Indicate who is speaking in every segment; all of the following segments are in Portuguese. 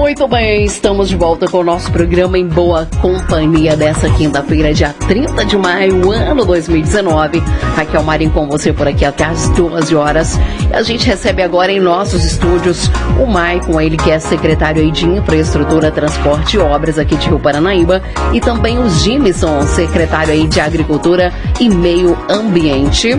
Speaker 1: Muito bem, estamos de volta com o nosso programa Em Boa Companhia dessa quinta-feira, dia 30 de maio, ano 2019. Raquel Marim com você por aqui até às 12 horas. E a gente recebe agora em nossos estúdios o Maicon, ele que é secretário aí de Infraestrutura, Transporte e Obras aqui de Rio Paranaíba, e também o Jimson, secretário aí de Agricultura e Meio Ambiente.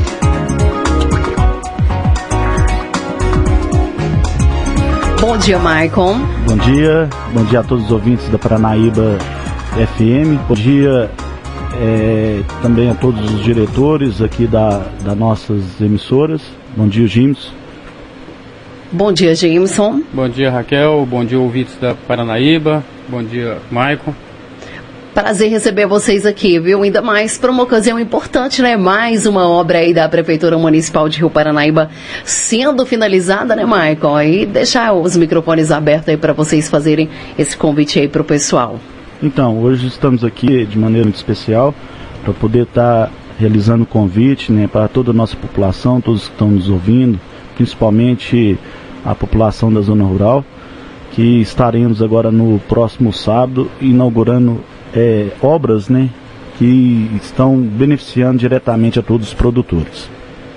Speaker 1: Bom dia, Maicon.
Speaker 2: Bom dia a todos os ouvintes da Paranaíba FM. Bom dia também a todos os diretores aqui das nossas emissoras. Bom dia, Jimson.
Speaker 1: Bom dia, Jimson.
Speaker 3: Bom dia, Raquel. Bom dia, ouvintes da Paranaíba. Bom dia, Maicon.
Speaker 1: Prazer receber vocês aqui, viu? Ainda mais para uma ocasião importante, né? Mais uma obra aí da Prefeitura Municipal de Rio Paranaíba sendo finalizada, né, Maicon? E deixar os microfones abertos aí para vocês fazerem esse convite aí para o pessoal.
Speaker 2: Então, hoje estamos aqui de maneira muito especial para poder estar realizando o convite, né, para toda a nossa população, todos que estão nos ouvindo, principalmente a população da zona rural, que estaremos agora no próximo sábado inaugurando obras, né, que estão beneficiando diretamente a todos os produtores.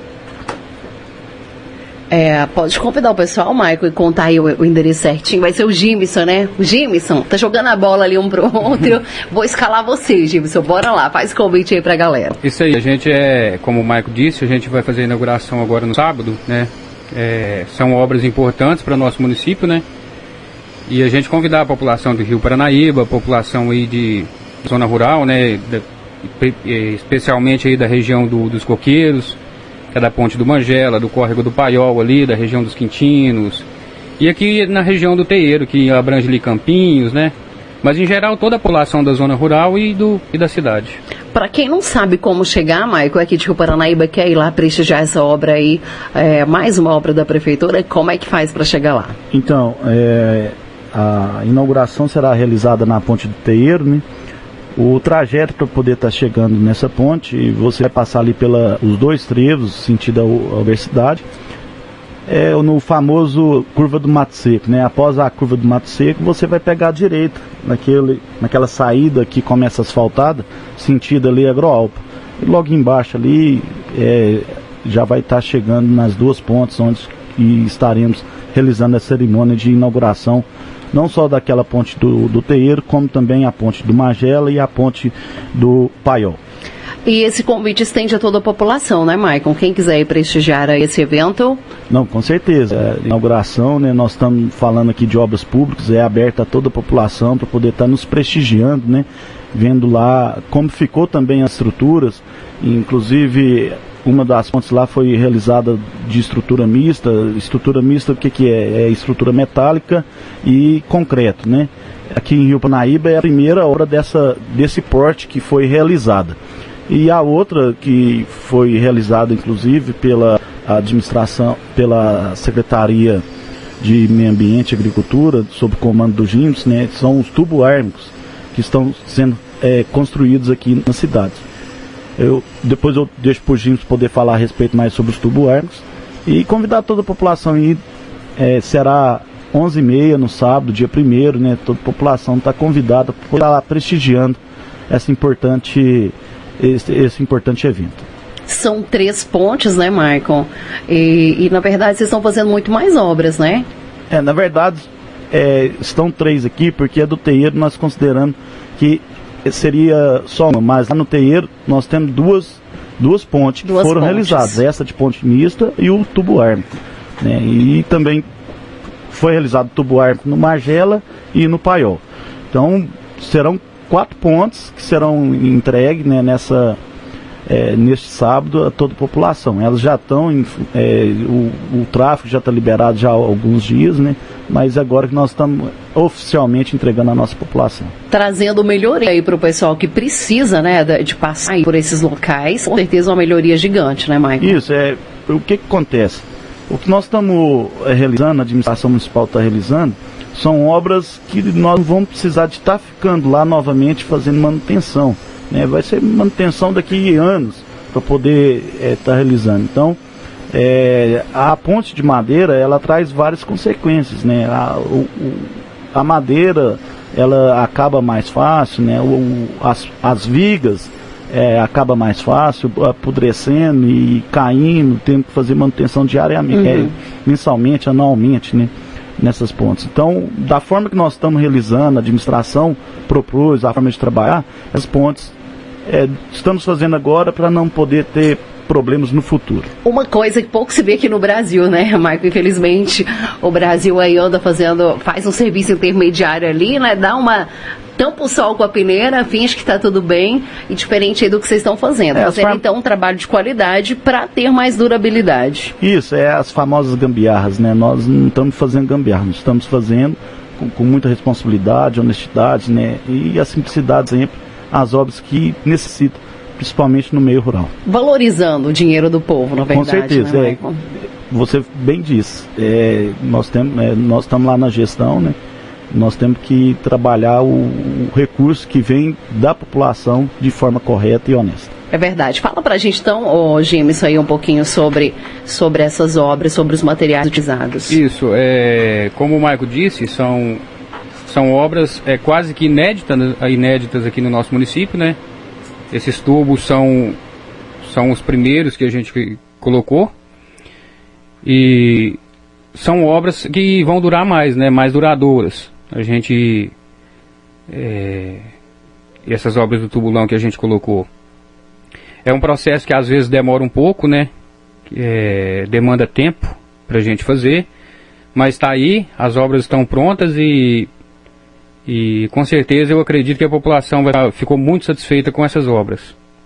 Speaker 1: Pode convidar o pessoal, Maicon, e contar aí o endereço certinho. Vai ser o Jimson, né? O Jimson tá jogando a bola ali um pro outro. Vou escalar você, Jimson. Bora lá, faz convite aí pra galera.
Speaker 3: Isso aí, a gente como o Maicon disse, a gente vai fazer a inauguração agora no sábado, né? São obras importantes para o nosso município, né? E a gente convidar a população do Rio Paranaíba, a população aí de zona rural, né, especialmente aí da região dos Coqueiros, que é da Ponte do Mangela, do Córrego do Paiol ali, da região dos Quintinos, e aqui na região do Teeiro, que abrange ali Campinhos, né, mas em geral toda a população da zona rural e da cidade.
Speaker 1: Para quem não sabe como chegar, Maicon, aqui de Rio Paranaíba, quer ir lá prestigiar essa obra aí, mais uma obra da Prefeitura, como é que faz para chegar lá?
Speaker 2: Então, a inauguração será realizada na Ponte do Teeiro, né? O trajeto para poder estar chegando nessa ponte, você vai passar ali os dois trevos, sentido a universidade, no famoso Curva do Mato Seco, né? Após a Curva do Mato Seco, você vai pegar a direita, naquela saída que começa asfaltada, sentido ali Agroalpa. E logo embaixo ali, já vai estar chegando nas duas pontes, onde estaremos realizando a cerimônia de inauguração, não só daquela ponte do Teeiro, como também a ponte do Magela e a ponte do Paiol.
Speaker 1: E esse convite estende a toda a população, né, Maicon? Quem quiser ir prestigiar esse evento?
Speaker 2: Não, com certeza. A inauguração, né, nós estamos falando aqui de obras públicas, é aberta a toda a população para poder estar nos prestigiando, né, vendo lá como ficou também as estruturas, inclusive uma das pontes lá foi realizada de estrutura mista. Estrutura mista, o que é? É estrutura metálica e concreto, né? Aqui em Rio Paranaíba é a primeira obra desse porte que foi realizada. E a outra que foi realizada, inclusive, pela administração, pela Secretaria de Meio Ambiente e Agricultura, sob o comando do Jimson, né? São os tubo-ármicos que estão sendo construídos aqui nas cidades. Depois eu deixo para o Jimson poder falar a respeito mais sobre os tubo-ármicos e convidar toda a população aí. Será 11h30 no sábado, dia 1º, né? Toda a população está convidada para estar lá prestigiando esse importante evento.
Speaker 1: São 3 pontes, né, Maicon? E na verdade vocês estão fazendo muito mais obras, né?
Speaker 2: Na verdade estão 3 aqui, porque a do Teeiro nós consideramos que seria só uma, mas lá no Teeiro nós temos duas pontes que foram realizadas, essa de ponte mista e o tubo-ármico, né? E também foi realizado o tubo-ármico no Magela e no Paiol. Então serão 4 pontes que serão entregues, né, neste sábado a toda a população. Elas já estão, o tráfego já está liberado já há alguns dias, né? Mas agora que nós estamos oficialmente entregando a nossa população.
Speaker 1: Trazendo melhoria aí para o pessoal que precisa, né, de passar por esses locais, com certeza uma melhoria gigante, né, Maicon?
Speaker 2: Isso, o que acontece? O que nós estamos realizando, a administração municipal está realizando, são obras que nós não vamos precisar de estar ficando lá novamente fazendo manutenção, né? Vai ser manutenção daqui a anos para poder estar realizando. Então, a ponte de madeira, ela traz várias consequências, né? a madeira, ela acaba mais fácil, né? As vigas acaba mais fácil, apodrecendo e caindo, tendo que fazer manutenção diariamente, mensalmente, anualmente, né? Nessas pontes. Então, da forma que nós estamos realizando, a administração propôs a forma de trabalhar, as pontes estamos fazendo agora para não poder ter problemas no futuro.
Speaker 1: Uma coisa que pouco se vê aqui no Brasil, né, Marco? Infelizmente, o Brasil aí faz um serviço intermediário ali, né? Tampa o sol com a peneira, finge que está tudo bem, e diferente aí do que vocês estão fazendo. Fazendo então um trabalho de qualidade para ter mais durabilidade.
Speaker 2: Isso, as famosas gambiarras, né? Nós não estamos fazendo gambiarra, nós estamos fazendo com muita responsabilidade, honestidade, né? E a simplicidade sempre, as obras que necessitam, principalmente no meio rural. Valorizando o dinheiro do povo, na verdade. Com certeza, né, você bem disse. Nós estamos lá na gestão, né? Nós temos que trabalhar o recurso que vem da população de forma correta e honesta.
Speaker 1: É verdade. Fala pra gente então, Gêmeos, aí um pouquinho sobre essas obras, sobre os materiais utilizados.
Speaker 3: Isso, como o Marco disse, são obras quase que inéditas aqui no nosso município, né? Esses tubos são os primeiros que a gente colocou e são obras que vão durar mais, né? Mais duradouras. A gente, essas obras do tubulão que a gente colocou, é um processo que às vezes demora um pouco, né? Demanda tempo para a gente fazer, mas está aí, as obras estão prontas e com certeza eu acredito que a população ficou muito satisfeita com essas obras.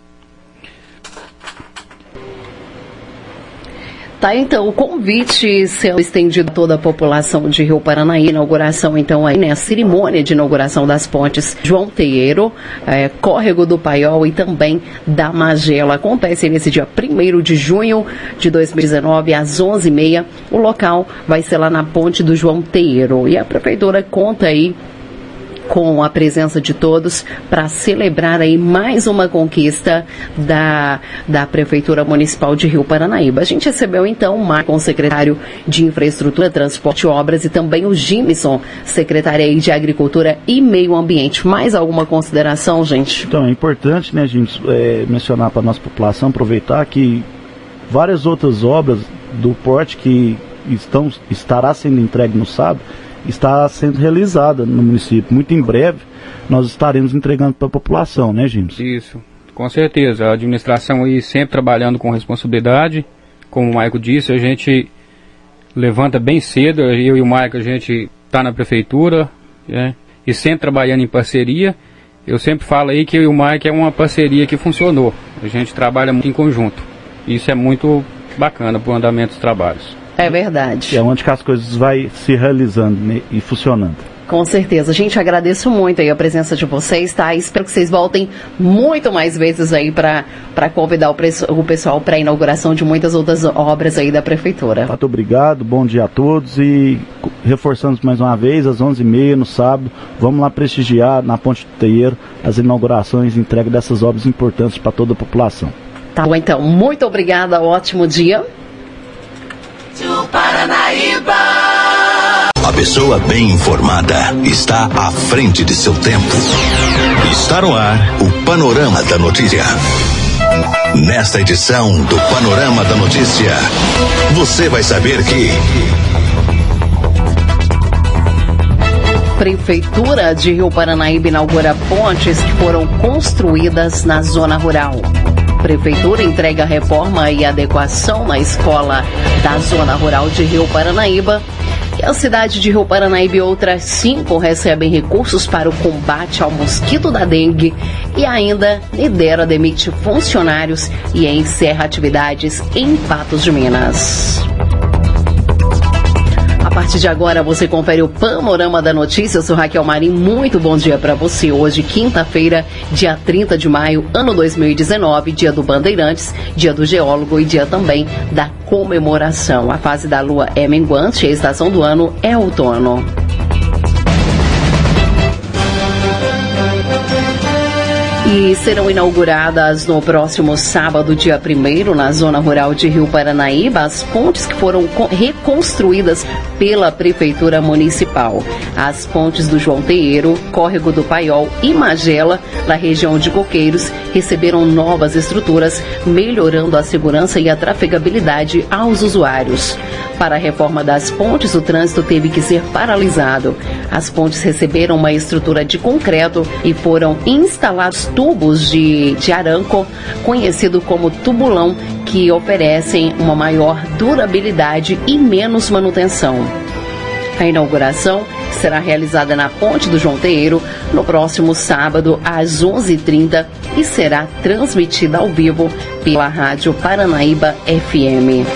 Speaker 1: Tá, então, o convite sendo estendido a toda a população de Rio Paranaíba, inauguração então aí, né, a cerimônia de inauguração das pontes João Teieiro, Córrego do Paiol e também da Magela. Acontece nesse dia 1º de junho de 2019, às 11h30. O local vai ser lá na ponte do João Teieiro. E a prefeitura conta aí com a presença de todos para celebrar aí mais uma conquista da Prefeitura Municipal de Rio Paranaíba. A gente recebeu então o Marco, o secretário de Infraestrutura, Transporte e Obras, e também o Gimson, secretário aí de Agricultura e Meio Ambiente. Mais alguma consideração, gente?
Speaker 2: Então, é importante, né, gente, mencionar para a nossa população, aproveitar que várias outras obras do porte que estará sendo entregue no sábado, está sendo realizada no município. Muito em breve nós estaremos entregando para a população, né, Gimson?
Speaker 3: Isso, com certeza. A administração aí sempre trabalhando com responsabilidade. Como o Maico disse, a gente levanta bem cedo. Eu e o Maico, a gente está na prefeitura, né, e sempre trabalhando em parceria. Eu sempre falo aí que eu e o Maico é uma parceria que funcionou. A gente trabalha muito em conjunto. Isso é muito bacana para o andamento dos trabalhos.
Speaker 1: É verdade.
Speaker 2: É onde que as coisas vai se realizando, né, e funcionando.
Speaker 1: Com certeza. Gente, agradeço muito aí a presença de vocês, tá? Espero que vocês voltem muito mais vezes aí para convidar o pessoal para a inauguração de muitas outras obras aí da Prefeitura.
Speaker 2: Muito obrigado, bom dia a todos e reforçamos mais uma vez, às 11h30 no sábado, vamos lá prestigiar na Ponte do Teieiro as inaugurações e entrega dessas obras importantes para toda a população.
Speaker 1: Tá bom, então. Muito obrigada, ótimo dia.
Speaker 4: Paranaíba. A pessoa bem informada está à frente de seu tempo. Está no ar o Panorama da Notícia. Nesta edição do Panorama da Notícia, você vai saber que
Speaker 1: Prefeitura de Rio Paranaíba inaugura pontes que foram construídas na zona rural. Prefeitura entrega reforma e adequação na escola da zona rural de Rio Paranaíba. E a cidade de Rio Paranaíba e outras 5 recebem recursos para o combate ao mosquito da dengue. E ainda lidera, demite funcionários e encerra atividades em Patos de Minas. A partir de agora você confere o Panorama da Notícia. Eu sou Raquel Marim, muito bom dia para você. Hoje, quinta-feira, dia 30 de maio, ano 2019, dia do Bandeirantes, dia do Geólogo e dia também da comemoração. A fase da lua é minguante e a estação do ano é outono. E serão inauguradas no próximo sábado, dia 1º, na zona rural de Rio Paranaíba, as pontes que foram reconstruídas pela Prefeitura Municipal. As pontes do João Teeiro, Córrego do Paiol e Magela, na região de Coqueiros, receberam novas estruturas, melhorando a segurança e a trafegabilidade aos usuários. Para a reforma das pontes, o trânsito teve que ser paralisado. As pontes receberam uma estrutura de concreto e foram instalados tubos de aranco, conhecido como tubulão, que oferecem uma maior durabilidade e menos manutenção. A inauguração será realizada na Ponte do João Teeiro no próximo sábado, às 11h30, e será transmitida ao vivo pela Rádio Paranaíba FM.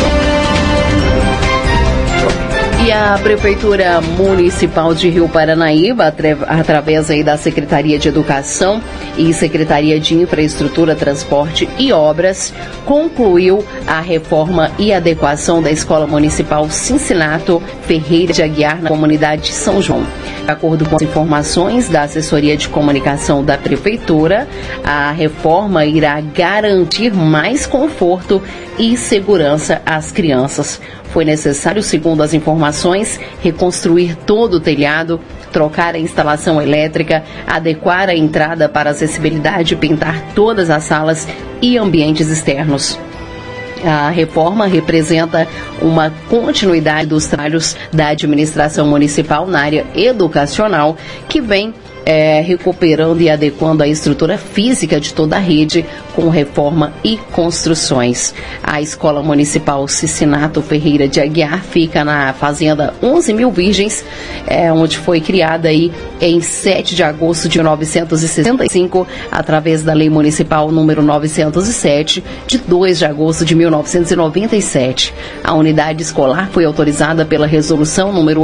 Speaker 1: E a Prefeitura Municipal de Rio Paranaíba, através aí da Secretaria de Educação e Secretaria de Infraestrutura, Transporte e Obras, concluiu a reforma e adequação da Escola Municipal Cincinato Ferreira de Aguiar, na comunidade de São João. De acordo com as informações da Assessoria de Comunicação da Prefeitura, a reforma irá garantir mais conforto e segurança às crianças. Foi necessário, segundo as informações, reconstruir todo o telhado, trocar a instalação elétrica, adequar a entrada para acessibilidade, pintar todas as salas e ambientes externos. A reforma representa uma continuidade dos trabalhos da administração municipal na área educacional, que vem recuperando e adequando a estrutura física de toda a rede com reforma e construções. A Escola Municipal Cincinato Ferreira de Aguiar fica na Fazenda 11.000 Virgens, onde foi criada aí em 7 de agosto de 1965, através da Lei Municipal número 907, de 2 de agosto de 1997. A unidade escolar foi autorizada pela Resolução número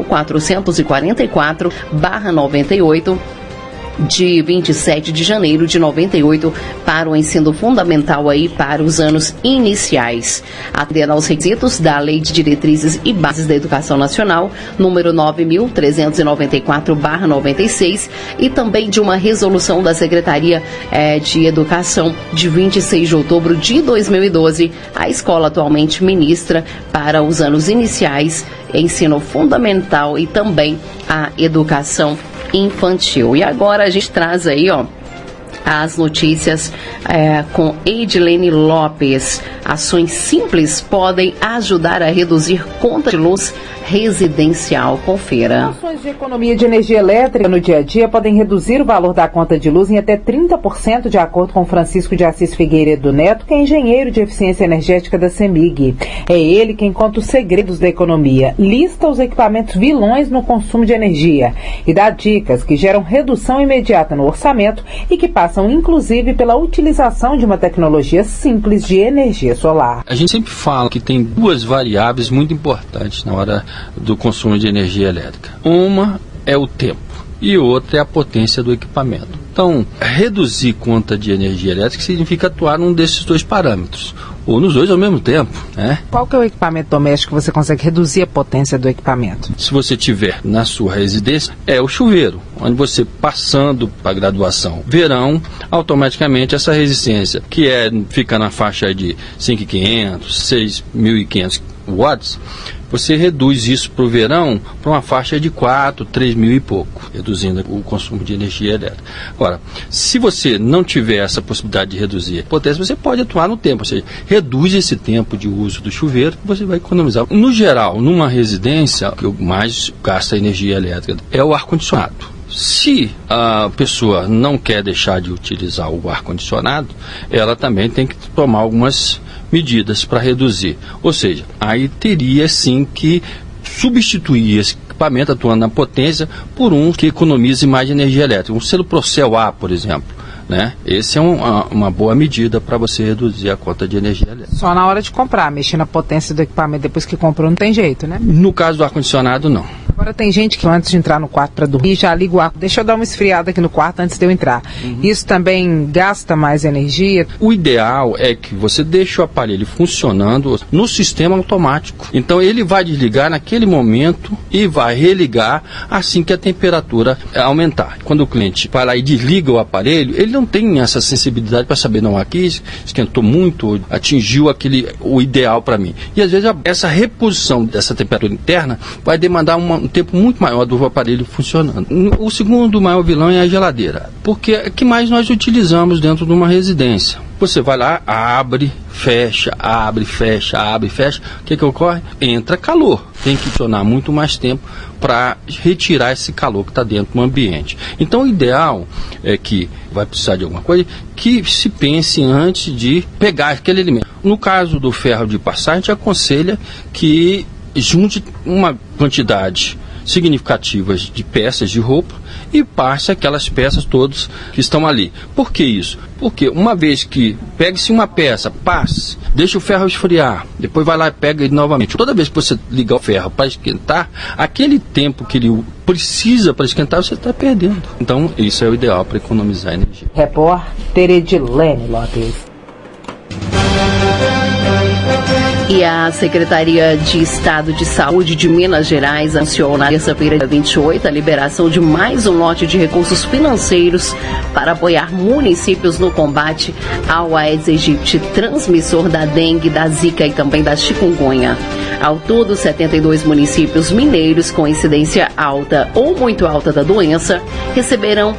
Speaker 1: 8.444/98, de 27 de janeiro de 98, para o ensino fundamental aí para os anos iniciais, atendendo aos requisitos da Lei de Diretrizes e Bases da Educação Nacional, número 9.394/96, e também de uma resolução da Secretaria de Educação de 26 de outubro de 2012. A escola atualmente ministra para os anos iniciais, ensino fundamental e também a educação infantil. E agora a gente traz aí, as notícias com Edilene Lopes. Ações simples podem ajudar a reduzir conta de luz residencial. Confira.
Speaker 5: Ações de economia de energia elétrica no dia a dia podem reduzir o valor da conta de luz em até 30%, de acordo com Francisco de Assis Figueiredo Neto, que é engenheiro de eficiência energética da CEMIG. É ele quem conta os segredos da economia, lista os equipamentos vilões no consumo de energia e dá dicas que geram redução imediata no orçamento e que passam inclusive pela utilização de uma tecnologia simples de energia solar.
Speaker 6: A gente sempre fala que tem duas variáveis muito importantes na hora do consumo de energia elétrica. Uma é o tempo e outra é a potência do equipamento. Então, reduzir conta de energia elétrica significa atuar num desses dois parâmetros, ou nos dois ao mesmo tempo, né?
Speaker 5: Qual que é o equipamento doméstico que você consegue reduzir a potência do equipamento?
Speaker 6: Se você tiver na sua residência, é o chuveiro, onde você, passando para a graduação verão, automaticamente essa resistência, que fica na faixa de 5.500, 6.500 watts, você reduz isso para o verão para uma faixa de 3.000 e pouco, reduzindo o consumo de energia elétrica. Agora, se você não tiver essa possibilidade de reduzir a potência, você pode atuar no tempo, ou seja, reduz esse tempo de uso do chuveiro, você vai economizar. No geral, numa residência, o que mais gasta energia elétrica é o ar-condicionado. Se a pessoa não quer deixar de utilizar o ar-condicionado, ela também tem que tomar algumas medidas para reduzir. Ou seja, aí teria sim que substituir esse equipamento atuando na potência por um que economize mais de energia elétrica. Um selo Procel A, por exemplo, né? Esse é uma boa medida para você reduzir a conta de energia elétrica.
Speaker 5: Só na hora de comprar, mexer na potência do equipamento depois que comprou não tem jeito, né?
Speaker 6: No caso do ar-condicionado, não.
Speaker 5: Agora tem gente que antes de entrar no quarto para dormir já liga o ar. Deixa eu dar uma esfriada aqui no quarto antes de eu entrar. Isso também gasta mais energia?
Speaker 6: O ideal é que você deixe o aparelho funcionando no sistema automático. Então ele vai desligar naquele momento e vai religar assim que a temperatura aumentar. Quando o cliente vai lá e desliga o aparelho, ele não tem essa sensibilidade para saber, não, aqui esquentou muito, atingiu o ideal para mim. E às vezes essa reposição dessa temperatura interna vai demandar um tempo muito maior do aparelho funcionando. O segundo maior vilão é a geladeira, porque é o que mais nós utilizamos dentro de uma residência. Você vai lá, abre, fecha, abre, fecha, abre, fecha. O que ocorre? Entra calor. Tem que funcionar muito mais tempo para retirar esse calor que está dentro do ambiente. Então o ideal é que vai precisar de alguma coisa que se pense antes de pegar aquele alimento. No caso do ferro de passar, a gente aconselha que junte uma quantidade significativas de peças de roupa e passe aquelas peças todas que estão ali. Por que isso? Porque uma vez que pegue-se uma peça, passe, deixa o ferro esfriar, depois vai lá e pega ele novamente. Toda vez que você ligar o ferro para esquentar, aquele tempo que ele precisa para esquentar, você está perdendo. Então, isso é o ideal para economizar energia.
Speaker 5: Repórter Edilene Lopes.
Speaker 1: E a Secretaria de Estado de Saúde de Minas Gerais anunciou na terça-feira, dia 28, a liberação de mais um lote de recursos financeiros para apoiar municípios no combate ao Aedes aegypti, transmissor da dengue, da zika e também da chikungunya. Ao todo, 72 municípios mineiros com incidência alta ou muito alta da doença receberão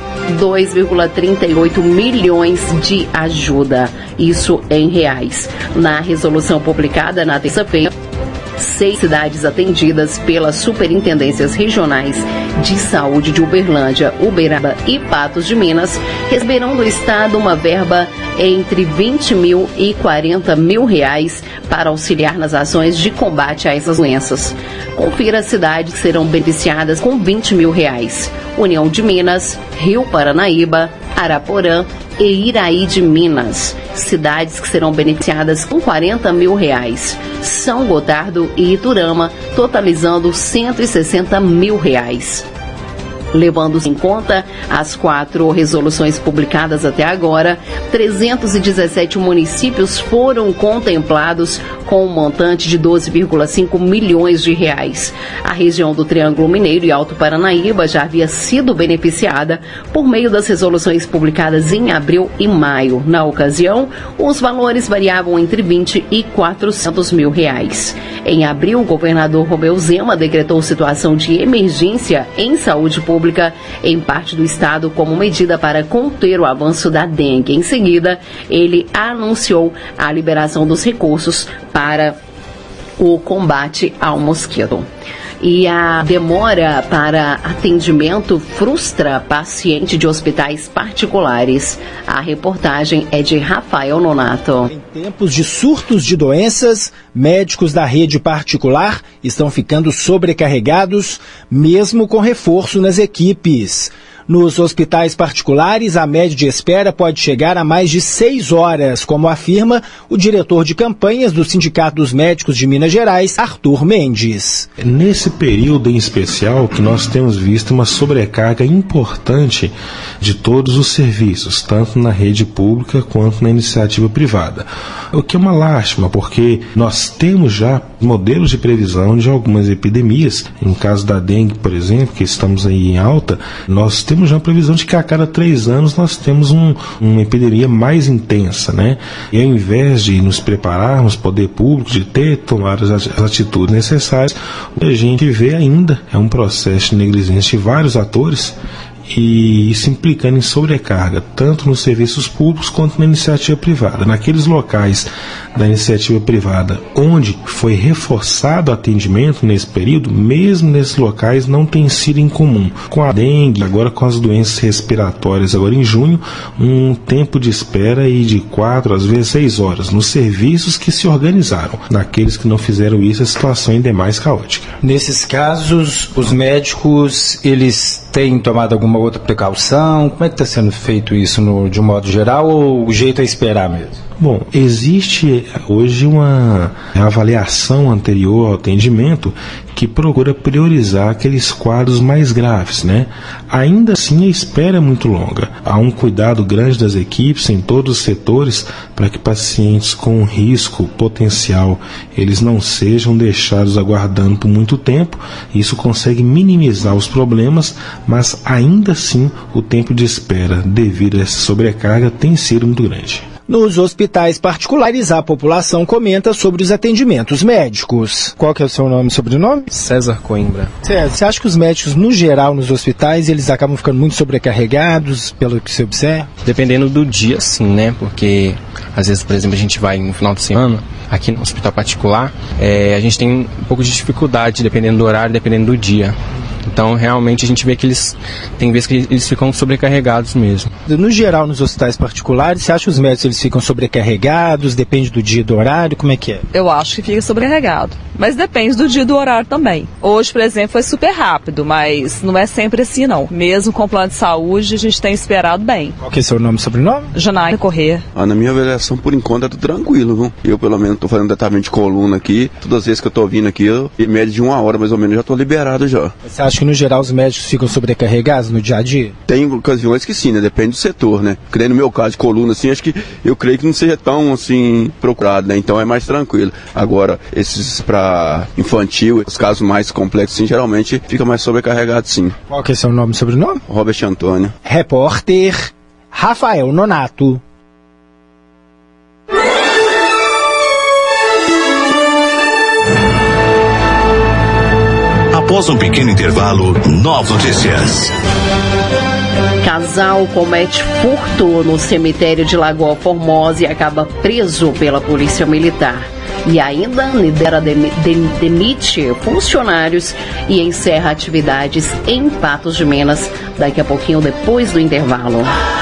Speaker 1: 2,38 milhões de ajuda, isso em reais. Na resolução publicada na terça-feira, 6 cidades atendidas pelas superintendências regionais de saúde de Uberlândia, Uberaba e Patos de Minas receberão do Estado uma verba entre 20 mil e 40 mil reais para auxiliar nas ações de combate a essas doenças. Confira as cidades que serão beneficiadas com 20 mil reais: União de Minas, Rio Paranaíba, Araporã e Iraí de Minas. Cidades que serão beneficiadas com 40 mil reais: São Gotardo e Iturama, totalizando 160 mil reais. Levando em conta as 4 resoluções publicadas até agora, 317 municípios foram contemplados com um montante de 12,5 milhões de reais. A região do Triângulo Mineiro e Alto Paranaíba já havia sido beneficiada por meio das resoluções publicadas em abril e maio. Na ocasião, os valores variavam entre 20 e 400 mil reais. Em abril, o governador Romeu Zema decretou situação de emergência em saúde pública em parte do estado como medida para conter o avanço da dengue. Em seguida, ele anunciou a liberação dos recursos para o combate ao mosquito. E a demora para atendimento frustra paciente de hospitais particulares. A reportagem é de Rafael Nonato.
Speaker 7: Em tempos de surtos de doenças, médicos da rede particular estão ficando sobrecarregados, mesmo com reforço nas equipes. Nos hospitais particulares, a média de espera pode chegar a mais de 6 horas, como afirma o diretor de campanhas do Sindicato dos Médicos de Minas Gerais, Arthur Mendes.
Speaker 8: Nesse período em especial que nós temos visto uma sobrecarga importante de todos os serviços, tanto na rede pública quanto na iniciativa privada. O que é uma lástima, porque nós temos já modelos de previsão de algumas epidemias. Em caso da dengue, por exemplo, que estamos aí em alta, nós temos já a previsão de que a cada 3 anos nós temos uma epidemia mais intensa, né? E ao invés de nos prepararmos, poder público, de tomar as atitudes necessárias, a gente vê ainda é um processo de negligência de vários atores, e isso implicando em sobrecarga, tanto nos serviços públicos quanto na iniciativa privada. Naqueles locais da iniciativa privada onde foi reforçado o atendimento nesse período, mesmo nesses locais não tem sido incomum. Com a dengue, agora com as doenças respiratórias, agora em junho, um tempo de espera aí de 4, às vezes 6 horas, nos serviços que se organizaram. Naqueles que não fizeram isso, a situação ainda é mais caótica.
Speaker 7: Nesses casos, os médicos, eles têm tomado alguma outra precaução? Como é que está sendo feito isso de um modo geral, ou o jeito é esperar mesmo?
Speaker 8: Bom, existe hoje uma avaliação anterior ao atendimento que procura priorizar aqueles quadros mais graves, né? Ainda assim, a espera é muito longa. Há um cuidado grande das equipes em todos os setores para que pacientes com risco potencial eles não sejam deixados aguardando por muito tempo. Isso consegue minimizar os problemas, mas ainda assim o tempo de espera devido a essa sobrecarga tem sido muito grande.
Speaker 7: Nos hospitais particulares, a população comenta sobre os atendimentos médicos. Qual que é o seu nome e sobrenome?
Speaker 9: César Coimbra.
Speaker 7: César, você acha que os médicos, no geral, nos hospitais, eles acabam ficando muito sobrecarregados, pelo que você observa?
Speaker 9: Dependendo do dia, sim, né? Porque, às vezes, por exemplo, a gente vai no final de semana, aqui no hospital particular, a gente tem um pouco de dificuldade, dependendo do horário, dependendo do dia. Então, realmente, a gente vê que tem vezes que eles ficam sobrecarregados mesmo.
Speaker 7: No geral, nos hospitais particulares, você acha que os médicos eles ficam sobrecarregados? Depende do dia e do horário? Como é que é?
Speaker 10: Eu acho que fica sobrecarregado. Mas depende do dia e do horário também. Hoje, por exemplo, foi super rápido, mas não é sempre assim, não. Mesmo com o plano de saúde, a gente tem esperado bem.
Speaker 7: Qual que é o seu nome e sobrenome?
Speaker 10: Janaína Corrêa.
Speaker 11: Na minha avaliação, por enquanto, é tudo tranquilo, viu? Eu, pelo menos, estou fazendo tratamento de coluna aqui. Todas as vezes que eu estou vindo aqui, em média de 1 hora, mais ou menos, já estou liberado já.
Speaker 7: Você acha que, no geral, os médicos ficam sobrecarregados no dia a dia?
Speaker 11: Tem ocasiões que sim, né? Depende do setor, né? Creio no meu caso de coluna, assim, acho que eu creio que não seja tão, assim, procurado, né? Então é mais tranquilo. Agora, esses para infantil, os casos mais complexos, sim, geralmente fica mais sobrecarregado, sim.
Speaker 7: Qual que é seu nome e sobrenome?
Speaker 11: Robert Antônio.
Speaker 7: Repórter Rafael Nonato.
Speaker 4: Após um pequeno intervalo, Novas Notícias.
Speaker 1: Casal comete furto no cemitério de Lagoa Formosa e acaba preso pela polícia militar. E ainda lidera demite funcionários e encerra atividades em Patos de Minas, daqui a pouquinho depois do intervalo.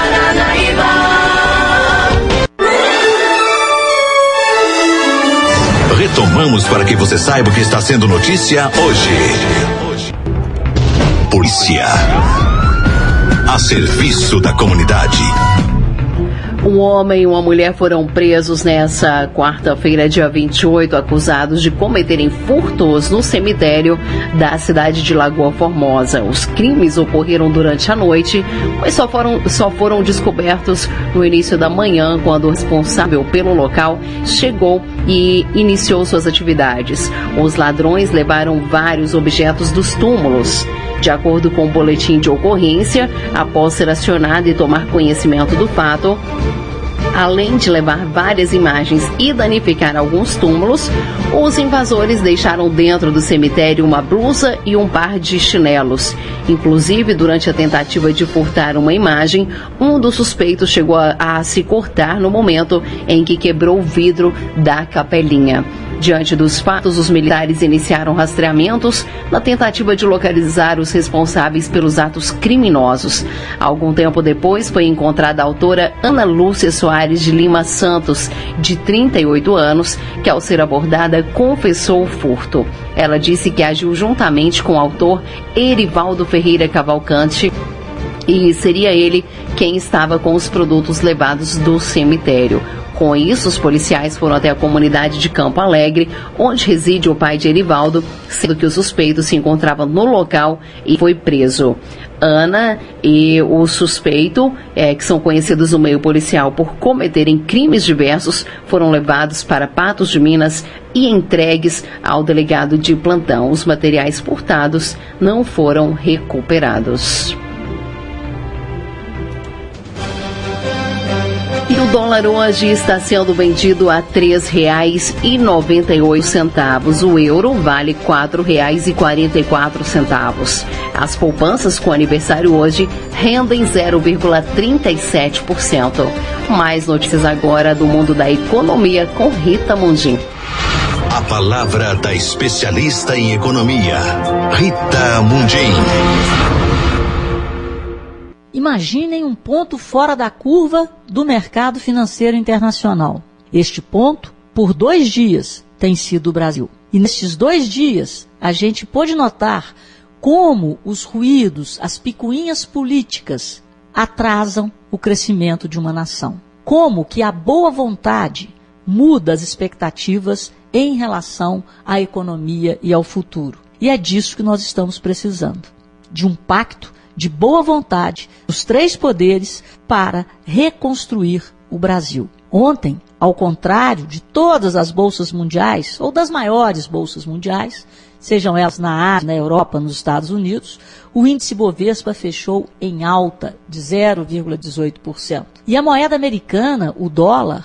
Speaker 4: Retomamos para que você saiba o que está sendo notícia hoje. Polícia. A serviço da comunidade.
Speaker 1: Um homem e uma mulher foram presos nessa quarta-feira, dia 28, acusados de cometerem furtos no cemitério da cidade de Lagoa Formosa. Os crimes ocorreram durante a noite, mas só foram descobertos no início da manhã, quando o responsável pelo local chegou e iniciou suas atividades. Os ladrões levaram vários objetos dos túmulos. De acordo com o boletim de ocorrência, após ser acionado e tomar conhecimento do fato, além de levar várias imagens e danificar alguns túmulos, os invasores deixaram dentro do cemitério uma blusa e um par de chinelos. Inclusive, durante a tentativa de furtar uma imagem, um dos suspeitos chegou a se cortar no momento em que quebrou o vidro da capelinha. Diante dos fatos, os militares iniciaram rastreamentos na tentativa de localizar os responsáveis pelos atos criminosos. Algum tempo depois, foi encontrada a autora Ana Lúcia Soares de Lima Santos, de 38 anos, que ao ser abordada confessou o furto. Ela disse que agiu juntamente com o autor Erivaldo Ferreira Cavalcante e seria ele quem estava com os produtos levados do cemitério. Com isso, os policiais foram até a comunidade de Campo Alegre, onde reside o pai de Erivaldo, sendo que o suspeito se encontrava no local e foi preso. Ana e o suspeito, que são conhecidos no meio policial por cometerem crimes diversos, foram levados para Patos de Minas e entregues ao delegado de plantão. Os materiais furtados não foram recuperados. E o dólar hoje está sendo vendido a R$ 3,98. O euro vale R$ 4,44. As poupanças com aniversário hoje rendem 0,37%. Mais notícias agora do mundo da economia com Rita Mundim.
Speaker 4: A palavra da especialista em economia, Rita Mundim.
Speaker 12: Imaginem um ponto fora da curva do mercado financeiro internacional. Este ponto, por 2 dias, tem sido o Brasil. E nestes 2 dias, a gente pôde notar como os ruídos, as picuinhas políticas atrasam o crescimento de uma nação. Como que a boa vontade muda as expectativas em relação à economia e ao futuro. E é disso que nós estamos precisando, de um pacto de boa vontade dos três poderes para reconstruir o Brasil. Ontem, ao contrário de todas as bolsas mundiais, ou das maiores bolsas mundiais, sejam elas na Ásia, na Europa, nos Estados Unidos, o índice Bovespa fechou em alta de 0,18%. E a moeda americana, o dólar,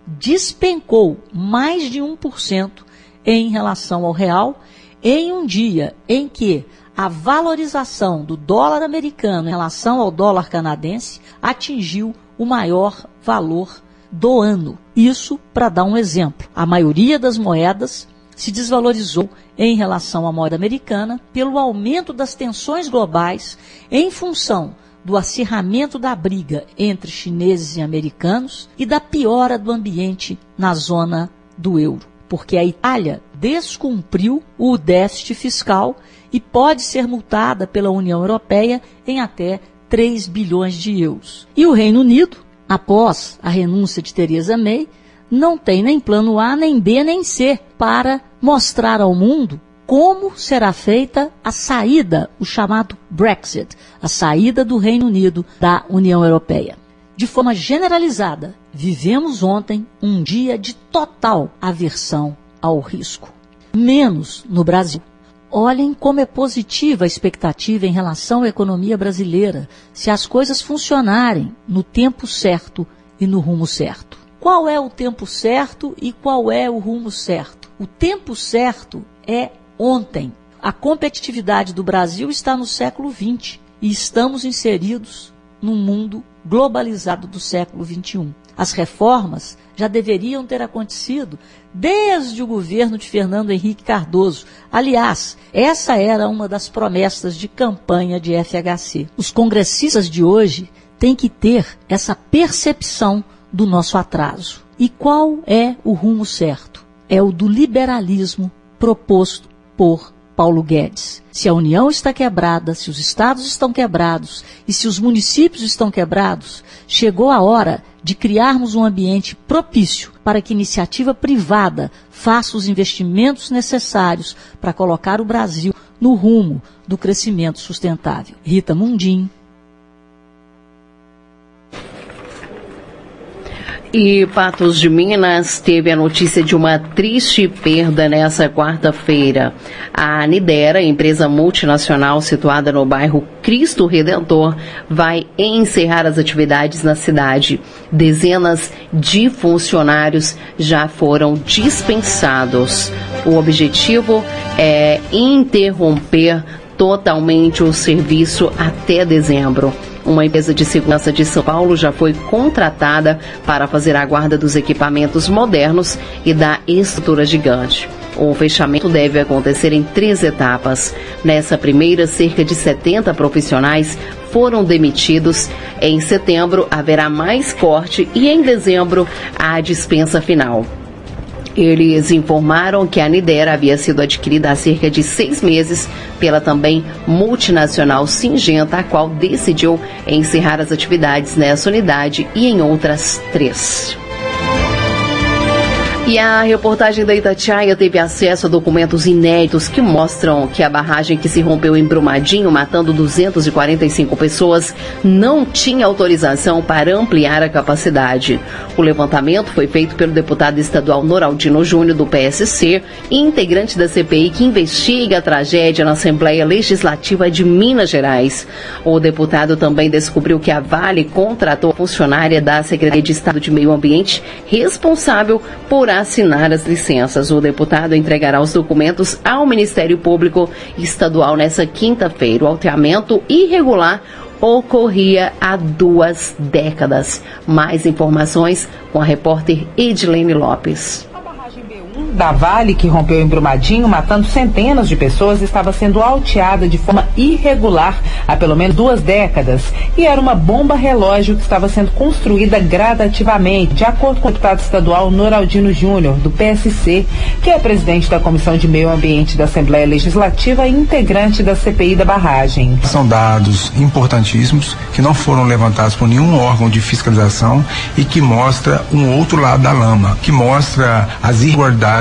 Speaker 12: despencou mais de 1% em relação ao real, em um dia em que a valorização do dólar americano em relação ao dólar canadense atingiu o maior valor do ano. Isso para dar um exemplo. A maioria das moedas se desvalorizou em relação à moeda americana pelo aumento das tensões globais em função do acirramento da briga entre chineses e americanos e da piora do ambiente na zona do euro. Porque a Itália descumpriu o déficit fiscal e pode ser multada pela União Europeia em até 3 bilhões de euros. E o Reino Unido, após a renúncia de Theresa May, não tem nem plano A, nem B, nem C para mostrar ao mundo como será feita a saída, o chamado Brexit, a saída do Reino Unido da União Europeia. De forma generalizada, vivemos ontem um dia de total aversão ao risco. Menos no Brasil. Olhem como é positiva a expectativa em relação à economia brasileira, se as coisas funcionarem no tempo certo e no rumo certo. Qual é o tempo certo e qual é o rumo certo? O tempo certo é ontem. A competitividade do Brasil está no século XX e estamos inseridos num mundo globalizado do século XXI. As reformas já deveriam ter acontecido desde o governo de Fernando Henrique Cardoso. Aliás, essa era uma das promessas de campanha de FHC. Os congressistas de hoje têm que ter essa percepção do nosso atraso. E qual é o rumo certo? É o do liberalismo proposto por Paulo Guedes. Se a União está quebrada, se os estados estão quebrados e se os municípios estão quebrados, chegou a hora de criarmos um ambiente propício para que a iniciativa privada faça os investimentos necessários para colocar o Brasil no rumo do crescimento sustentável. Rita Mundim.
Speaker 1: E Patos de Minas teve a notícia de uma triste perda nessa quarta-feira. A Nidera, empresa multinacional situada no bairro Cristo Redentor, vai encerrar as atividades na cidade. Dezenas de funcionários já foram dispensados. O objetivo é interromper totalmente o serviço até dezembro. Uma empresa de segurança de São Paulo já foi contratada para fazer a guarda dos equipamentos modernos e da estrutura gigante. O fechamento deve acontecer em 3 etapas. Nessa primeira, cerca de 70 profissionais foram demitidos. Em setembro, haverá mais corte e em dezembro, a dispensa final. Eles informaram que a Nidera havia sido adquirida há cerca de 6 meses pela também multinacional Syngenta, a qual decidiu encerrar as atividades nessa unidade e em outras 3. E a reportagem da Itatiaia teve acesso a documentos inéditos que mostram que a barragem que se rompeu em Brumadinho, matando 245 pessoas, não tinha autorização para ampliar a capacidade. O levantamento foi feito pelo deputado estadual Noraldino Júnior, do PSC, integrante da CPI que investiga a tragédia na Assembleia Legislativa de Minas Gerais. O deputado também descobriu que a Vale contratou a funcionária da Secretaria de Estado de Meio Ambiente responsável por assinar as licenças. O deputado entregará os documentos ao Ministério Público Estadual nesta quinta-feira. O alteamento irregular ocorria há 2 décadas. Mais informações com a repórter Edilene Lopes.
Speaker 5: Da Vale, que rompeu em Brumadinho, matando centenas de pessoas, estava sendo alteada de forma irregular há pelo menos 2 décadas. E era uma bomba relógio que estava sendo construída gradativamente, de acordo com o deputado estadual Noraldino Júnior, do PSC, que é presidente da Comissão de Meio Ambiente da Assembleia Legislativa e integrante da CPI da barragem.
Speaker 13: São dados importantíssimos que não foram levantados por nenhum órgão de fiscalização e que mostra um outro lado da lama, que mostra as irregularidades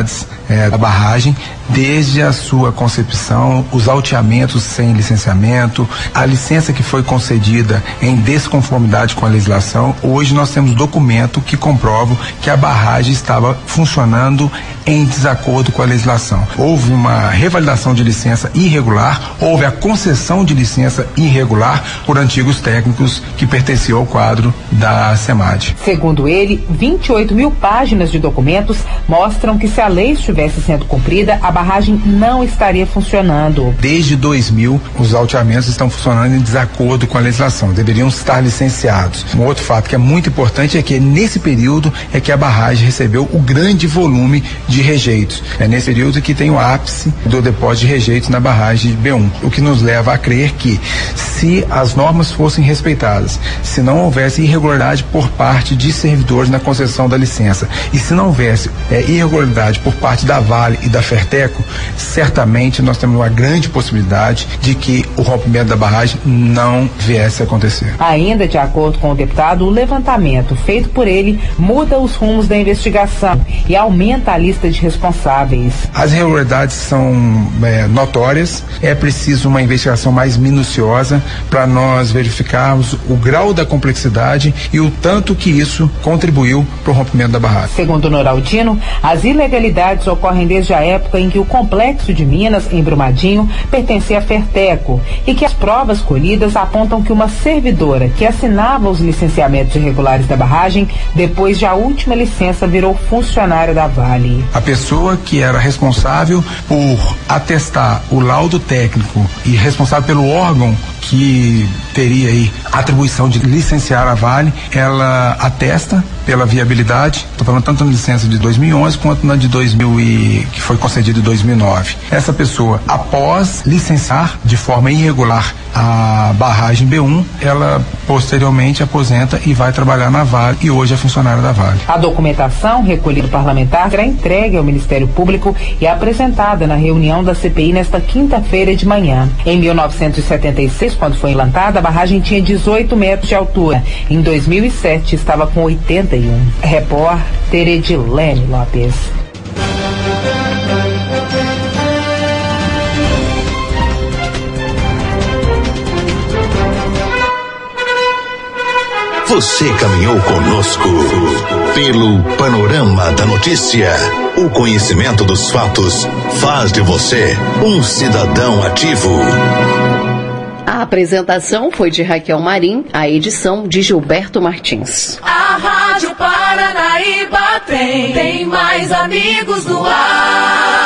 Speaker 13: irregularidades da barragem, desde a sua concepção, os alteamentos sem licenciamento, a licença que foi concedida em desconformidade com a legislação. Hoje nós temos documento que comprova que a barragem estava funcionando em desacordo com a legislação. Houve uma revalidação de licença irregular, houve a concessão de licença irregular por antigos técnicos que pertenciam ao quadro da SEMAD.
Speaker 5: Segundo ele, 28 mil páginas de documentos mostram que se a lei estivesse sendo cumprida, a barragem não estaria funcionando.
Speaker 13: Desde 2000, os alteamentos estão funcionando em desacordo com a legislação, deveriam estar licenciados. Um outro fato que é muito importante é que nesse período é que a barragem recebeu o grande volume de rejeitos. É nesse período que tem o ápice do depósito de rejeitos na barragem de B1, o que nos leva a crer que, se as normas fossem respeitadas, se não houvesse irregularidade por parte de servidores na concessão da licença e se não houvesse irregularidade por parte da Vale e da Ferteco, certamente nós temos uma grande possibilidade de que o rompimento da barragem não viesse a acontecer.
Speaker 5: Ainda de acordo com o deputado, o levantamento feito por ele muda os rumos da investigação e aumenta a lista de responsáveis.
Speaker 13: As irregularidades são notórias, é preciso uma investigação mais minuciosa para nós verificarmos o grau da complexidade e o tanto que isso contribuiu para o rompimento da barragem.
Speaker 5: Segundo Noraldino, as ilegalidades ocorrem desde a época em que o complexo de Minas, em Brumadinho, pertencia à Ferteco e que as provas colhidas apontam que uma servidora que assinava os licenciamentos irregulares da barragem, depois de a última licença, virou funcionária da Vale.
Speaker 13: A pessoa que era responsável por atestar o laudo técnico e responsável pelo órgão que teria aí a atribuição de licenciar a Vale, ela atesta pela viabilidade, estou falando tanto na licença de 2011 quanto na de 2000 que foi concedida em 2009. Essa pessoa, após licenciar de forma irregular a barragem B1, ela posteriormente aposenta e vai trabalhar na Vale e hoje é funcionária da Vale.
Speaker 5: A documentação recolhida parlamentar será entregue ao Ministério Público e apresentada na reunião da CPI nesta quinta-feira de manhã. Em 1976, quando foi implantada, a barragem tinha 18 metros de altura. Em 2007, estava com 81. Repórter Edilene Lopes.
Speaker 4: Você caminhou conosco pelo Panorama da Notícia. O conhecimento dos fatos faz de você um cidadão ativo.
Speaker 1: A apresentação foi de Raquel Marim, a edição de Gilberto Martins.
Speaker 14: A Rádio Paranaíba tem mais amigos no ar.